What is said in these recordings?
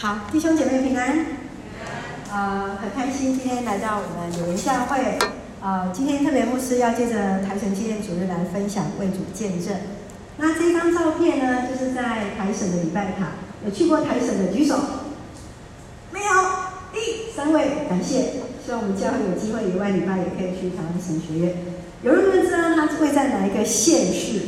好，弟兄姐妹平安。很开心今天来到我们有人教会。今天特别牧师要借着台神纪念主日来分享为主见证。那这张照片呢，就是在台神的礼拜堂。有去过台神的举手？没有？3位，感谢。希望我们教会有机会以外礼拜也可以去台湾神学院。有人不知道它位在哪一个县市？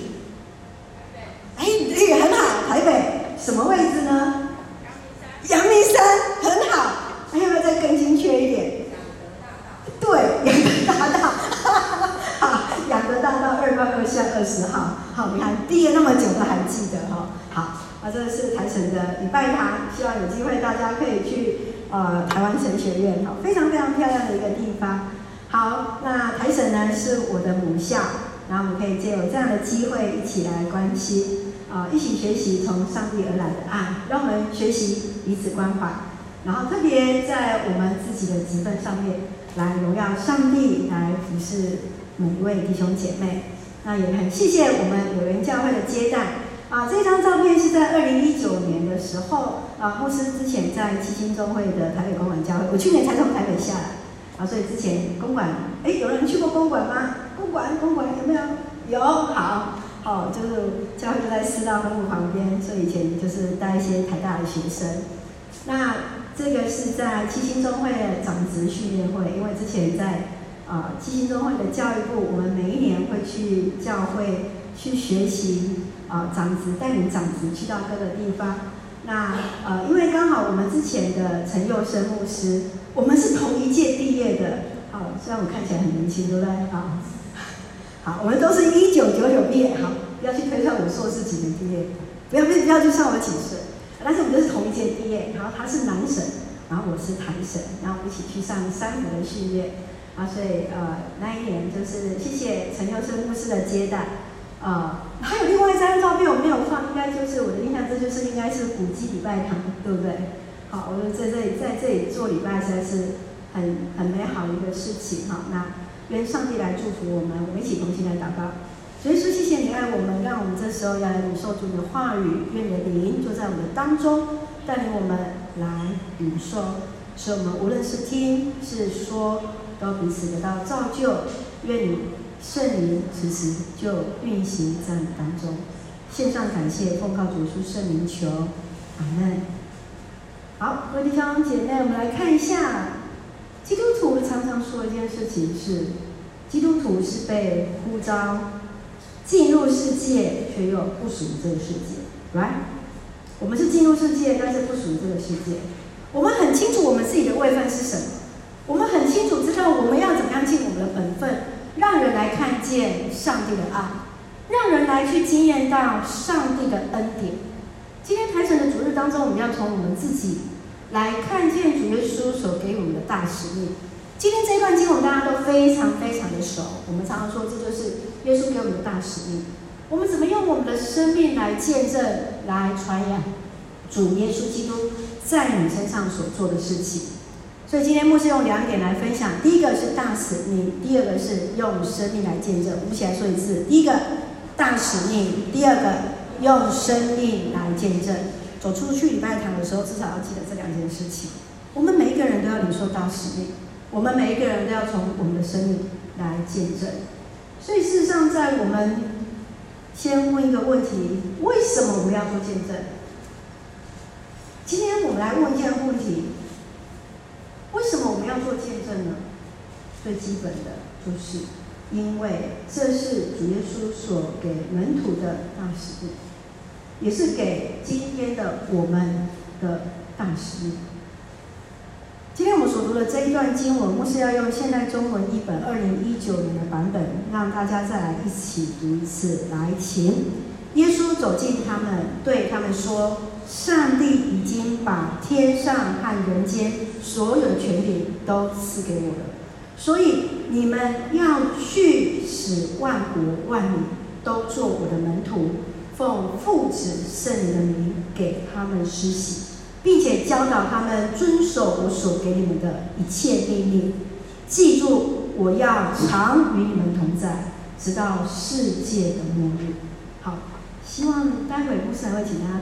很好，台北。什么位置呢？阳明山，很好。还要不要再更精确一点？对，养德大道。好，养德大道2段2巷20号。好，你看毕业那么久都还记得哈。好，这个是台神的礼拜堂，希望有机会大家可以去台湾神学院，好，非常非常漂亮的一个地方。好，那台神呢是我的母校，然后我们可以借有这样的机会一起来关心。一起学习从上帝而来的爱，让我们学习彼此关怀，然后特别在我们自己的职分上面来荣耀上帝，来服侍每一位弟兄姐妹。那也很谢谢我们有人教会的接待。这张照片是在2019年的时候，牧师之前在七星中会的台北公馆教会，我去年才从台北下来，所以之前公馆，有人去过公馆吗？公馆有没有？有，好。就是教会就在师大分部旁边，所以以前就是带一些台大的学生。那这个是在七星中会的长职训练会，因为之前在七星中会的教育部，我们每一年会去教会去学习长职，带领长职去到各个地方。那因为刚好我们之前的陈佑生牧师，我们是同一届毕业的，虽然我看起来很年轻，对不对？好，我们都是1999毕业，好，不要去推算我硕士几年毕业，不要去算我几岁，但是我们都是同一届毕业，然后他是南省，然后我是台省，然后我们一起去上3福的训练，所以那一年就是谢谢陈佑生牧师的接待，还有另外一张照片我没有放，应该就是我的印象，这就是应该是古迹礼拜堂，对不对？好，我们在这里做礼拜实在是很美好的一个事情，好，那愿上帝来祝福我们，我们一起同心来祷告。所以说，谢谢你爱我们，让我们这时候要来领受主你的话语，愿你的灵就在我们的当中，带领我们来领受，使我们无论是听是说，都彼此得到造就。愿你圣灵时时就运行在我们当中。献上感谢，奉靠主耶稣圣名求，阿们。好，各位弟兄姐妹，我们来看一下。基督徒常常说一件事情是，基督徒是被呼召进入世界，却又不属于这个世界 ，right？ 我们是进入世界，但是不属于这个世界。我们很清楚我们自己的位分是什么，我们很清楚知道我们要怎么样尽我们的本分，让人来看见上帝的爱，让人来去经验到上帝的恩典。今天台神的主日当中，我们要从我们自己来看见主耶稣所给我们的大使命。今天这一段经文大家都非常非常的熟，我们常常说这就是耶稣给我们的大使命。我们怎么用我们的生命来见证、来传扬主耶稣基督在你身上所做的事情？所以今天牧师用2点来分享，第一个是大使命，第二个是用生命来见证。我们一起来说一次，第一个大使命，第二个用生命来见证。走出去礼拜堂的时候，至少要记得这2件事情。我们每一个人都要领受大使命，我们每一个人都要从我们的生命来见证。所以事实上，在我们先问一个问题：为什么我们要做见证？今天我们来问一件问题：为什么我们要做见证呢？最基本的就是因为这是主耶稣所给门徒的大使命，也是给今天的我们的大使命。今天我们所读的这一段经文，牧师要用现代中文译本2019年的版本，让大家再来一起读一次。来，请。耶稣走近他们，对他们说：上帝已经把天上和人间所有的权柄都赐给我了，所以你们要去，使万国万民都做我的门徒，奉父子圣灵的名给他们施洗，并且教导他们遵守我所给你们的一切命令。记住，我要常与你们同在，直到世界的末日。好，希望待会牧师还会请大家读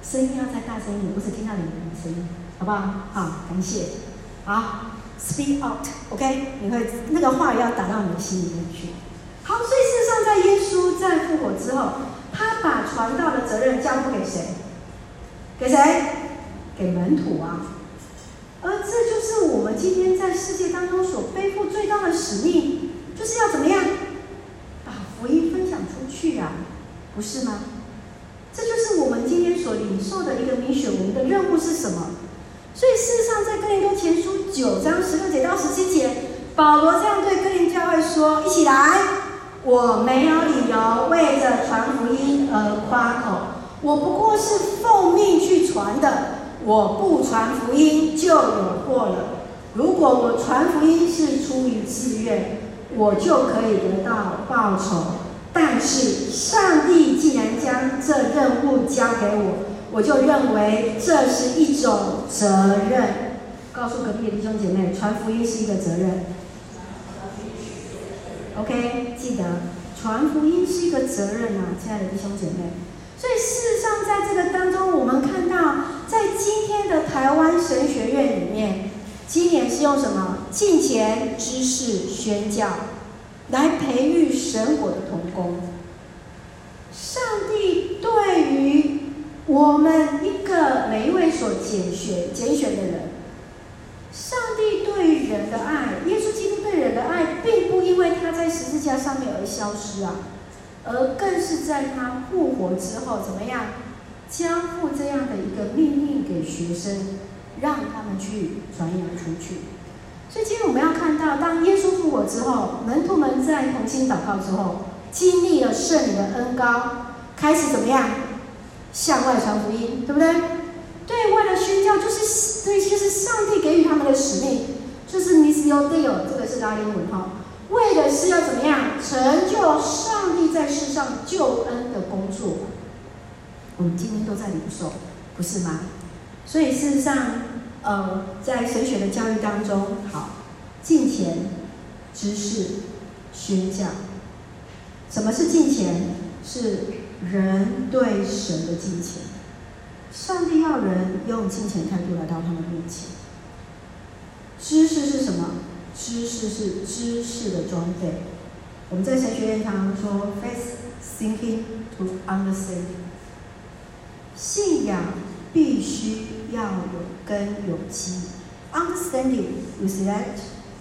声音要再大声一点，不是听到你们的声音，好不好？好，感谢。好 ，speak out，OK， 你会那个话要打到你的心里面去。好，所以事实上，在耶稣在复活之后，他把传道的责任交付给谁？给谁？给门徒啊。而这就是我们今天在世界当中所背负最大的使命，就是要怎么样把福音分享出去啊，不是吗？这就是我们今天所领受的一个mission，我们的任务是什么？所以事实上，在哥林多前书9章16节到17节，保罗这样对哥林教会说：“一起来，我没有理由为着传福音而夸口，我不过是奉命去传的。我不传福音就有祸了。如果我传福音是出于自愿，我就可以得到报酬。但是上帝既然将这任务交给我，我就认为这是一种责任。”告诉隔壁的弟兄姐妹，传福音是一个责任。OK， 记得传福音是一个责任啊，亲爱的弟兄姐妹。所以事实上，在这个当中，我们看到，在今天的台湾神学院里面，今年是用什么？敬虔、知识、宣教，来培育神国的同工。上帝对于我们每一位所拣选的人，上帝对于人的爱，耶稣基督对人的爱，并不因为他在十字架上面而消失啊。而更是在他复活之后，怎么样交付这样的一个命令给学生，让他们去传扬出去。所以今天我们要看到，当耶稣复活之后，门徒们在同心祷告之后，经历了圣灵的恩膏，开始怎么样向外传福音，对不对？对外的宣教就是上帝给予他们的使命，就是 missio Deo， 这个是拉丁文哈。为的是要怎么样成就上帝在世上救恩的工作？我们今天都在领受，不是吗？所以事实上，在神学的教育当中，好，敬虔、知识、宣教。什么是敬虔？是人对神的敬虔。上帝要人用敬虔态度来到他们面前。知识是什么？知识是知识的装备。我们在神学院常常说 ，faith thinking to understand。信仰必须要有根有基 ，understanding reflect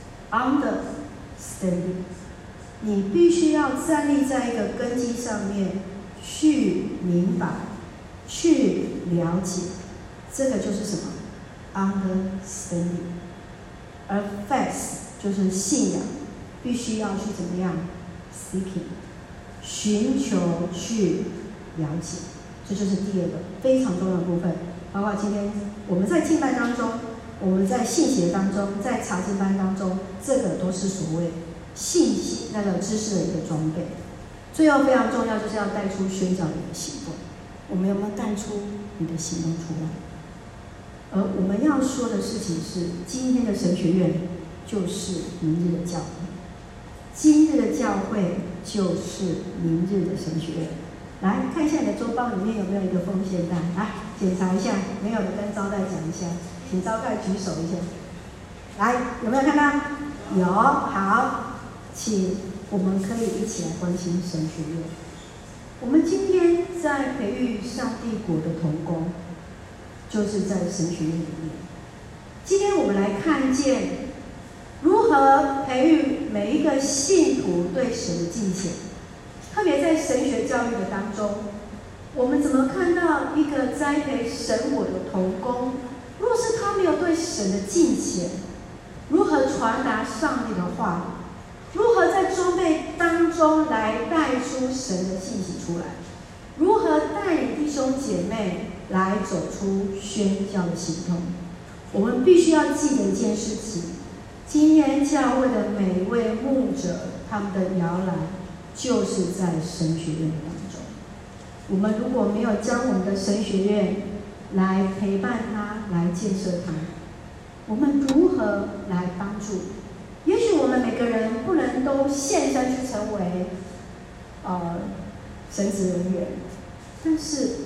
understanding。你必须要站立在一个根基上面，去明白，去了解，这个就是什么 ？understanding。而 faith 就是信仰，必须要去怎么样 seeking， 寻求去了解，这就是第二个非常重要的部分。包括今天我们在敬拜当中，我们在信息当中，在查经班当中，这个都是所谓信息那个知识的一个装备。最后非常重要，就是要带出宣教的一个行动。我们有没有带出你的行动出来？而我们要说的事情是，今天的神学院就是明日的教会，今日的教会就是明日的神学院。来看一下你的周报里面有没有一个奉献单，来检查一下，没有的跟招待讲一下，请招待举手一下。来，有没有看到？有，好，请我们可以一起来关心神学院。我们今天在培育上帝国的同工，就是在神学院里面。今天我们来看见如何培育每一个信徒对神的敬虔，特别在神学教育的当中，我们怎么看到一个栽培神我的同工，若是他没有对神的敬虔，如何传达上帝的话语？如何在装备当中来带出神的信息出来？如何带领弟兄姐妹来走出宣教的行动？我们必须要记得一件事情：今天教会的每一位牧者，他们的摇篮就是在神学院当中。我们如果没有将我们的神学院来陪伴他，来建设他，我们如何来帮助？也许我们每个人不能都献身去成为神职人员，但是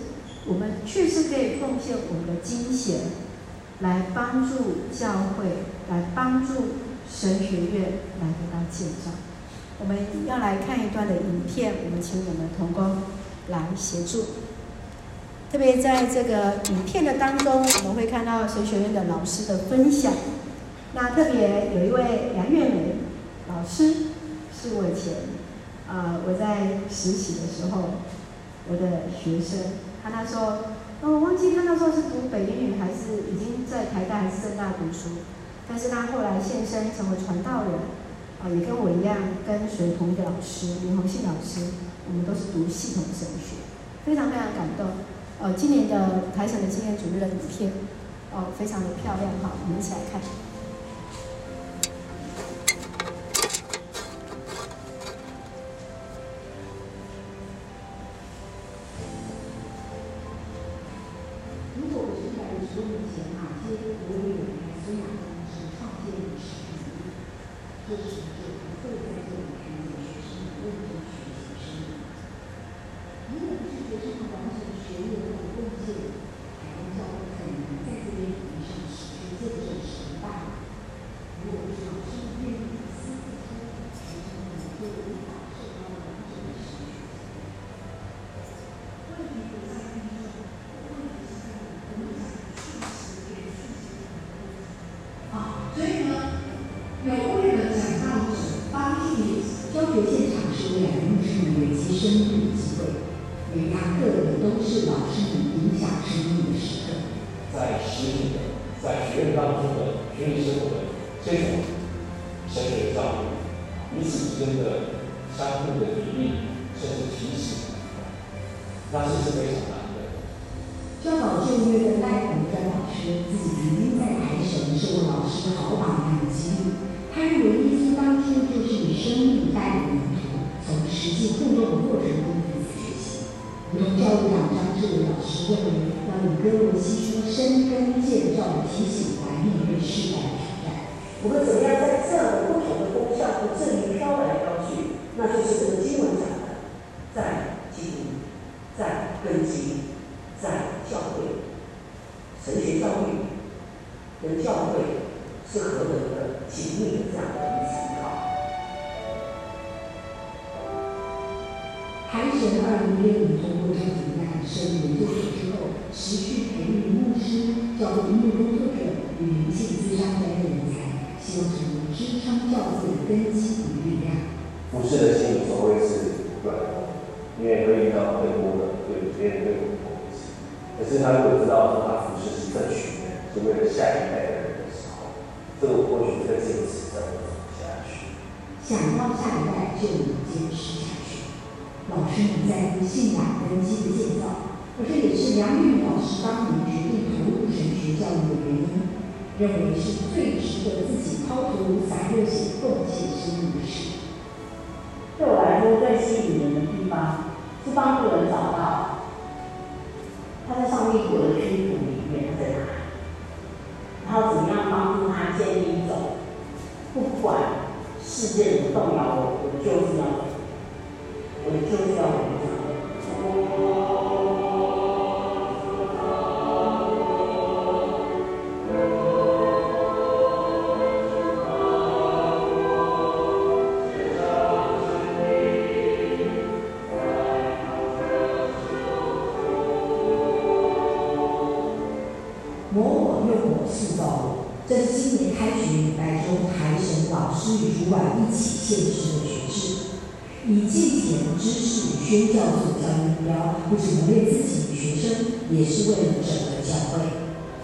我们确实可以奉献我们的金钱，来帮助教会，来帮助神学院来给它建造。我们要来看一段的影片，我们请我们同工来协助。特别在这个影片的当中，我们会看到神学院的老师的分享。那特别有一位梁月梅老师，是我以前我在实习的时候，我的学生，他那时候我忘记他那时候是读北一女还是已经在台大还是政大读书，但是他后来现身成为传道人，也跟我一样跟随同一个老师林宏信老师，我们都是读系统神学，非常非常感动。今年的台省的纪念主日的影片，非常的漂亮哈，我们一起来看。 如果我是150多年前哪些国语人才孙亚东是创建历史第一，这时就不会在这里看见学生们认真学习生命。如果不是学生们完成学业或贡献，台湾教会很难在这边土地上使出见证神大。如果不是老师们愿意无私付出，学生们就无法受到完整的神学。问题不在于问题是在我们讲事实给事情所以呢，有为了讲道者帮助你教学现场是为了牧师们累积生命的机会。每堂课也都是老师们影响生命的时刻。 在实体的，在学院当中的学习生活的这种神学教育，彼此之间的相互的砥砺，甚至提醒，那这是非常难的。 教导就业的赖鸿专老师自己曾经在台神受过老师的好榜样的激励。他认为耶稣当初就是以生命带领门徒，从实际互动的过程中彼此学习。如同教育长张志伟老师认为，要以哥罗西书深耕建造的提醒来面对世代的挑战。 我们怎么样在这样的不同的风向和阵营飘来飘去？那就是这个经文讲的，在基督，在根基，在教会，神学教育跟教会是何等的紧密的这样的彼此依靠。 台神2016年通过政府办设立研究所之后，持续培育牧师、教会医务工作者与灵性咨商专业人才，希望成为支撑教会的根基与力量。 服侍的心理总会是软弱，因为会遇到更多的对别人对我们的攻击。可是他如果知道说他服侍是正确的，是为了下一代的人的时候，这个或许这个坚持才会走下去。 想要下一代就能坚持下去。老师们在乎信仰根基的建造，而这也是梁玉老师当年决定投入神学教育的原因，认为是最值得自己抛头颅洒热血贡献生命的事。 对我来说，最吸引人的地方是帮助人找到他在上帝国的居图里面在哪里，然后怎么样帮助他建立一种不管世界怎么动摇我，我就是要走，我就是要回家。 磨我用我塑造我，这是今年开学礼拜中台神老师与主管一起献诗的决志。以敬虔知识与宣教做教育目标，不只磨练自己与学生，也是为了整个教会。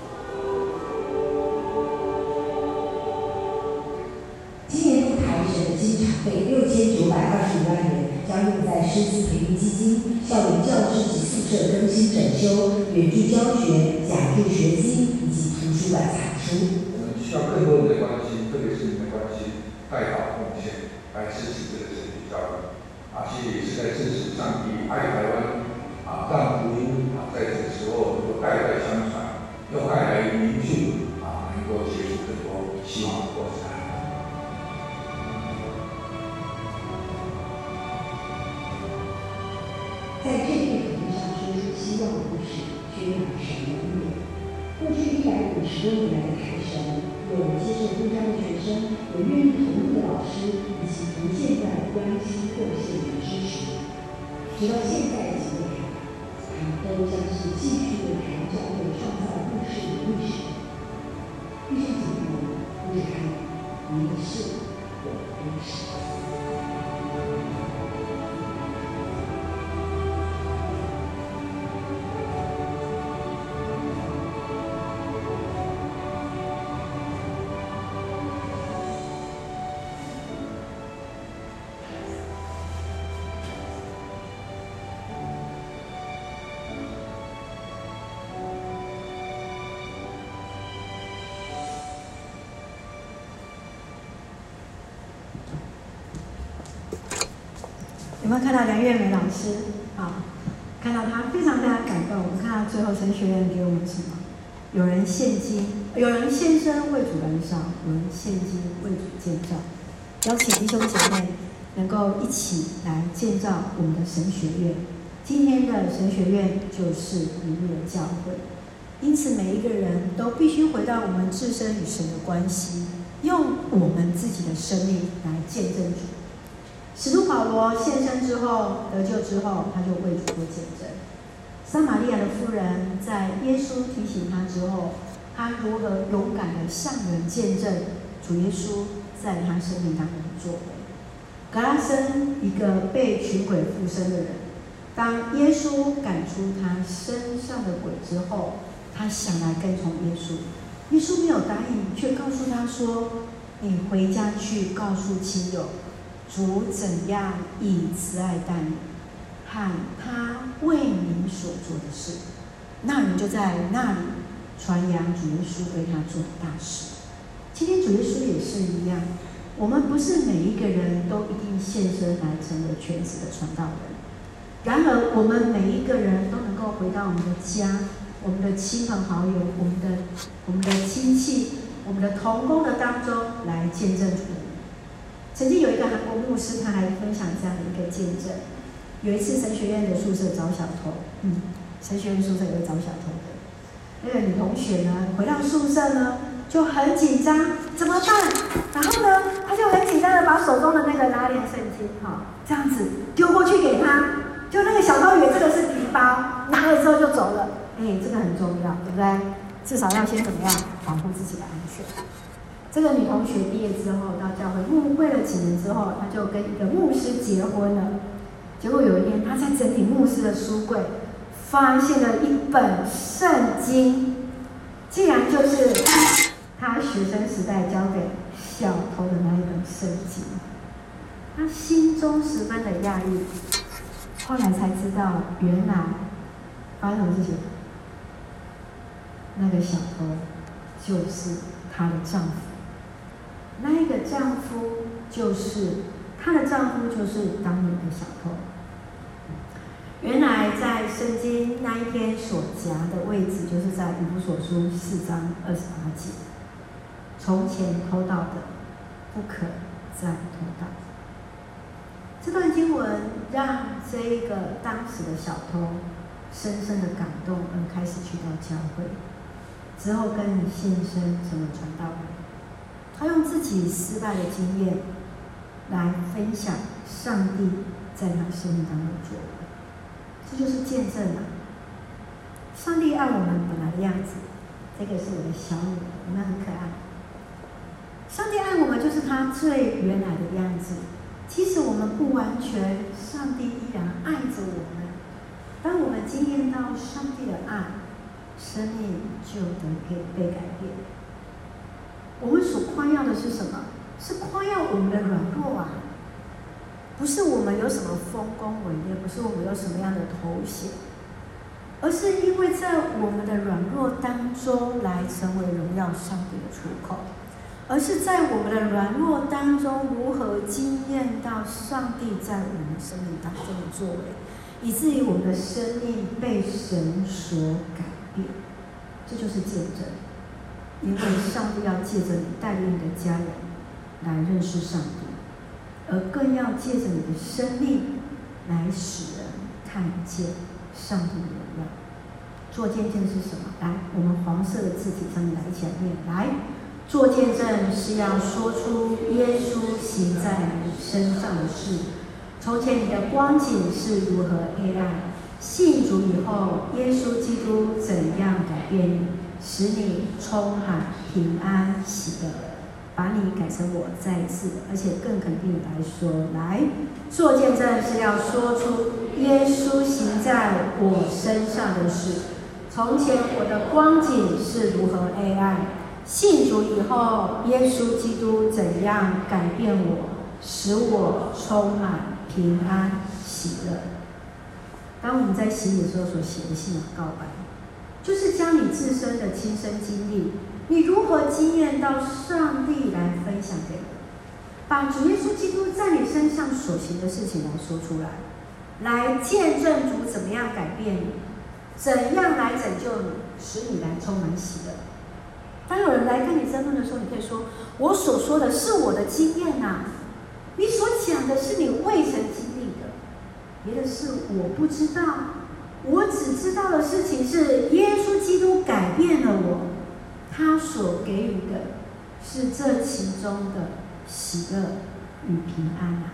今年度台神的经常费6925万元，将用在师资培育基金、校园教室及宿舍更新整修、远距教学、奖助学金以及图书馆藏书。 我们需要更多人的关心，特别是你们的关心，带导贡献来支持这个神学教育。其实也是在支持上帝爱台湾让福音在这个时候能够代代相传，用爱来凝聚能够结出更多希望的果子来。 在这片土地上说出希望的故事， 过去150多年来的传承，有接受呼召的学生，有愿意投入的老师，以及从现在关心贡献与支持，直到现在的几位他们都将是继续为台湾教会创造故事与历史。弟兄姐妹们，为他们，你是我的历史。 有没有看到梁月美老师？看到她非常感动。我们看到最后神学院给我们什么？有人献金，有人献身为主燃烧，有人献金为主建造。邀请弟兄姐妹能够一起来建造我们的神学院。今天的神学院就是明日的教会，因此每一个人都必须回到我们自身与神的关系，用我们自己的生命来见证主。使徒保罗献身之后，得救之后，他就为主做见证。撒玛利亚的妇人在耶稣提醒他之后，他如何勇敢地向人见证主耶稣在他生命当中的作为。格拉森，一个被群鬼附身的人，当耶稣赶出他身上的鬼之后，他想来跟从耶稣。耶稣没有答应，却告诉他说：“你回家去告诉亲友。”主怎样以慈爱待你，和他为你所做的事，那人就在那里传扬主耶稣对他做的大事。今天主耶稣也是一样，我们不是每一个人都一定献身来成为全职的传道人，然而我们每一个人都能够回到我们的家、我们的亲朋好友、我们的亲戚、我们的同工的当中来见证主的。曾经有一个韩国牧师，他来分享这样的一个见证。有一次神学院的宿舍找小偷，神学院宿舍有找小偷的。那个女同学呢，回到宿舍呢就很紧张，怎么办？然后呢，她就很紧张的把手中的那个拉链圣经，这样子丢过去给他。就那个小偷以为这个是皮包，拿了之后就走了。这个很重要，对不对？至少要先怎么样保护自己的安全。这个女同学毕业之后到教会牧会了几年之后，她就跟一个牧师结婚了。结果有一天，她在整理牧师的书柜，发现了一本圣经，竟然就是她学生时代交给小偷的那一本圣经。她心中十分的讶异，后来才知道，原来发生什么事情？那个小偷就是她的丈夫。那一个丈夫就是她的丈夫，就是当年的小偷。原来在圣经那一天所夹的位置，就是在以弗所书4章28节。从前偷盗的，不可再偷盗。这段经文让这一个当时的小偷深深的感动，而开始去到教会，之后跟你献身成为传道人。他用自己失败的经验来分享上帝在他生命当中的作为，这就是见证了上帝爱我们本来的样子。这个是我的小女儿，你们很可爱。上帝爱我们就是他最原来的样子，即使我们不完全，上帝依然爱着我们。当我们经验到上帝的爱，生命就得被改变。我们所夸耀的是什么？是夸耀我们的软弱啊！不是我们有什么丰功伟业，不是我们有什么样的头衔，而是因为在我们的软弱当中来成为荣耀上帝的出口，而是在我们的软弱当中如何经验到上帝在我们生命当中的作为，以至于我们的生命被神所改变。这就是见证。因为上帝要借着你带领你的家人来认识上帝，而更要借着你的生命来使人看见上帝的荣耀。 做见证是什么？来，我们黄色的字体上面来一起来念。来，做见证是要说出耶稣行在你身上的事。从前你的光景是如何黑暗，信主以后，耶稣基督怎样改变你，使你充满平安喜乐，把你改成我再一次，而且更肯定来说，来做见证是要说出耶稣行在我身上的事。从前我的光景是如何黑暗，信主以后，耶稣基督怎样改变我，使我充满平安喜乐。当我们在洗礼的时候所写的信仰告白，就是将你自身的亲身经历，你如何经验到上帝来分享给人，把主耶稣基督在你身上所行的事情来说出来，来见证主怎么样改变你，怎样来拯救你，使你来充满喜乐。当有人来跟你争论的时候，你可以说：我所说的是我的经验啊，你所讲的是你未曾经历的，别的事我不知道，我只知道的事情是耶稣基督改变了我，他所给予的是这其中的喜乐与平安啊。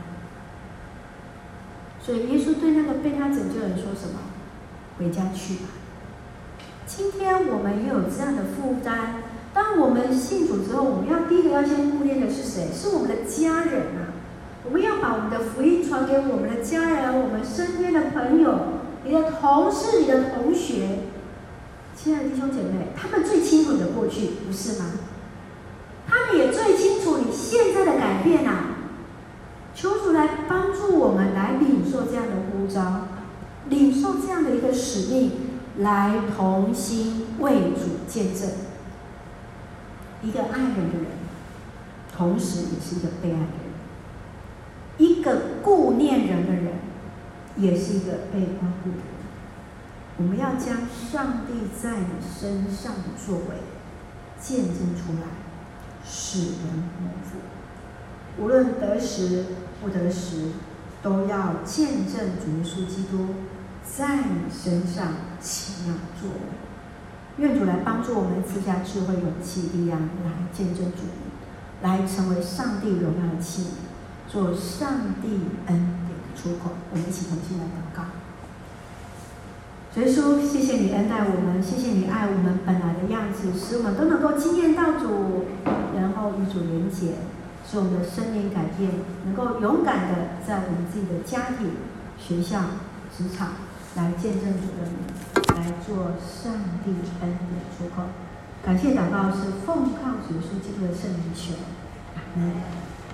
所以耶稣对那个被他拯救的人说什么？回家去吧。今天我们也有这样的负担。当我们信主之后，我们要第一个要先顾念的是谁？是我们的家人啊！我们要把我们的福音传给我们的家人，我们身边的朋友，你的同事、你的同学。亲爱的弟兄姐妹，他们最清楚你的过去，不是吗？他们也最清楚你现在的改变啊！求主来帮助我们来领受这样的呼召，领受这样的一个使命，来同心为主见证。一个爱人的人，同时也是一个被爱的人；一个顾念人的人，也是一个被关顾的人。我们要将上帝在你身上的作为见证出来，使人蒙福。无论得时不得时，都要见证主耶稣基督在你身上奇妙作为。愿主来帮助我们赐下智慧、勇气、力量，来见证主名，来成为上帝荣耀的器皿，做上帝恩典的出口。我们一起同心来祷告。主耶稣，谢谢你恩待我们，谢谢你爱我们本来的样子，使我们都能够经验到主，然后与主连结，使我们的生命改变，能够勇敢的在我们自己的家庭、学校、职场来见证主的名，来做上帝恩典出口。感谢祷告是奉靠主耶稣基督的圣名求，阿门。